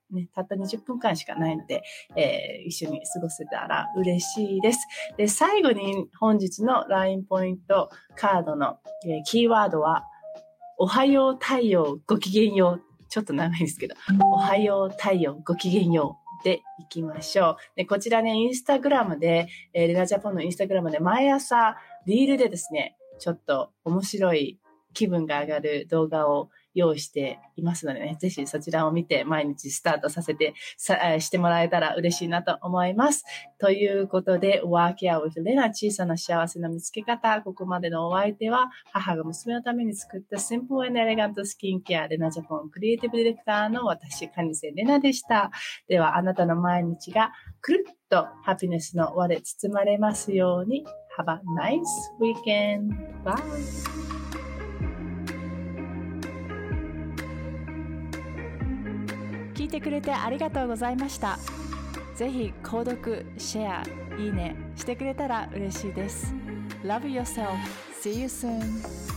ね、たったにじゅっぷんかんしかないので、えー、一緒に過ごせたら嬉しいです。で、最後に本日の ライン ポイントカードの、えー、キーワードは、おはよう太陽ごきげんよう。ちょっと長いですけど、おはよう太陽ごきげんようでいきましょう。で、こちらね、インスタグラムで、えー、レナジャポンのインスタグラムで毎朝リールでですね、ちょっと面白い気分が上がる動画を用意していますのでね、ぜひそちらを見て毎日スタートさせてさしてもらえたら嬉しいなと思います。ということで、ワーキャー with レナ小さな幸せの見つけ方。ここまでのお相手は、母が娘のために作ったシンプル&エレガントスキンケア、レナジャポンクリエイティブディレクターの私、カニセレナでした。では、あなたの毎日がくるっとハピネスの輪で包まれますように。Have a nice weekend. Bye. 聞いてくれてありがとうございました。ぜひ購読、シェア、いいねしてくれたら嬉しいです。Love yourself. See you soon.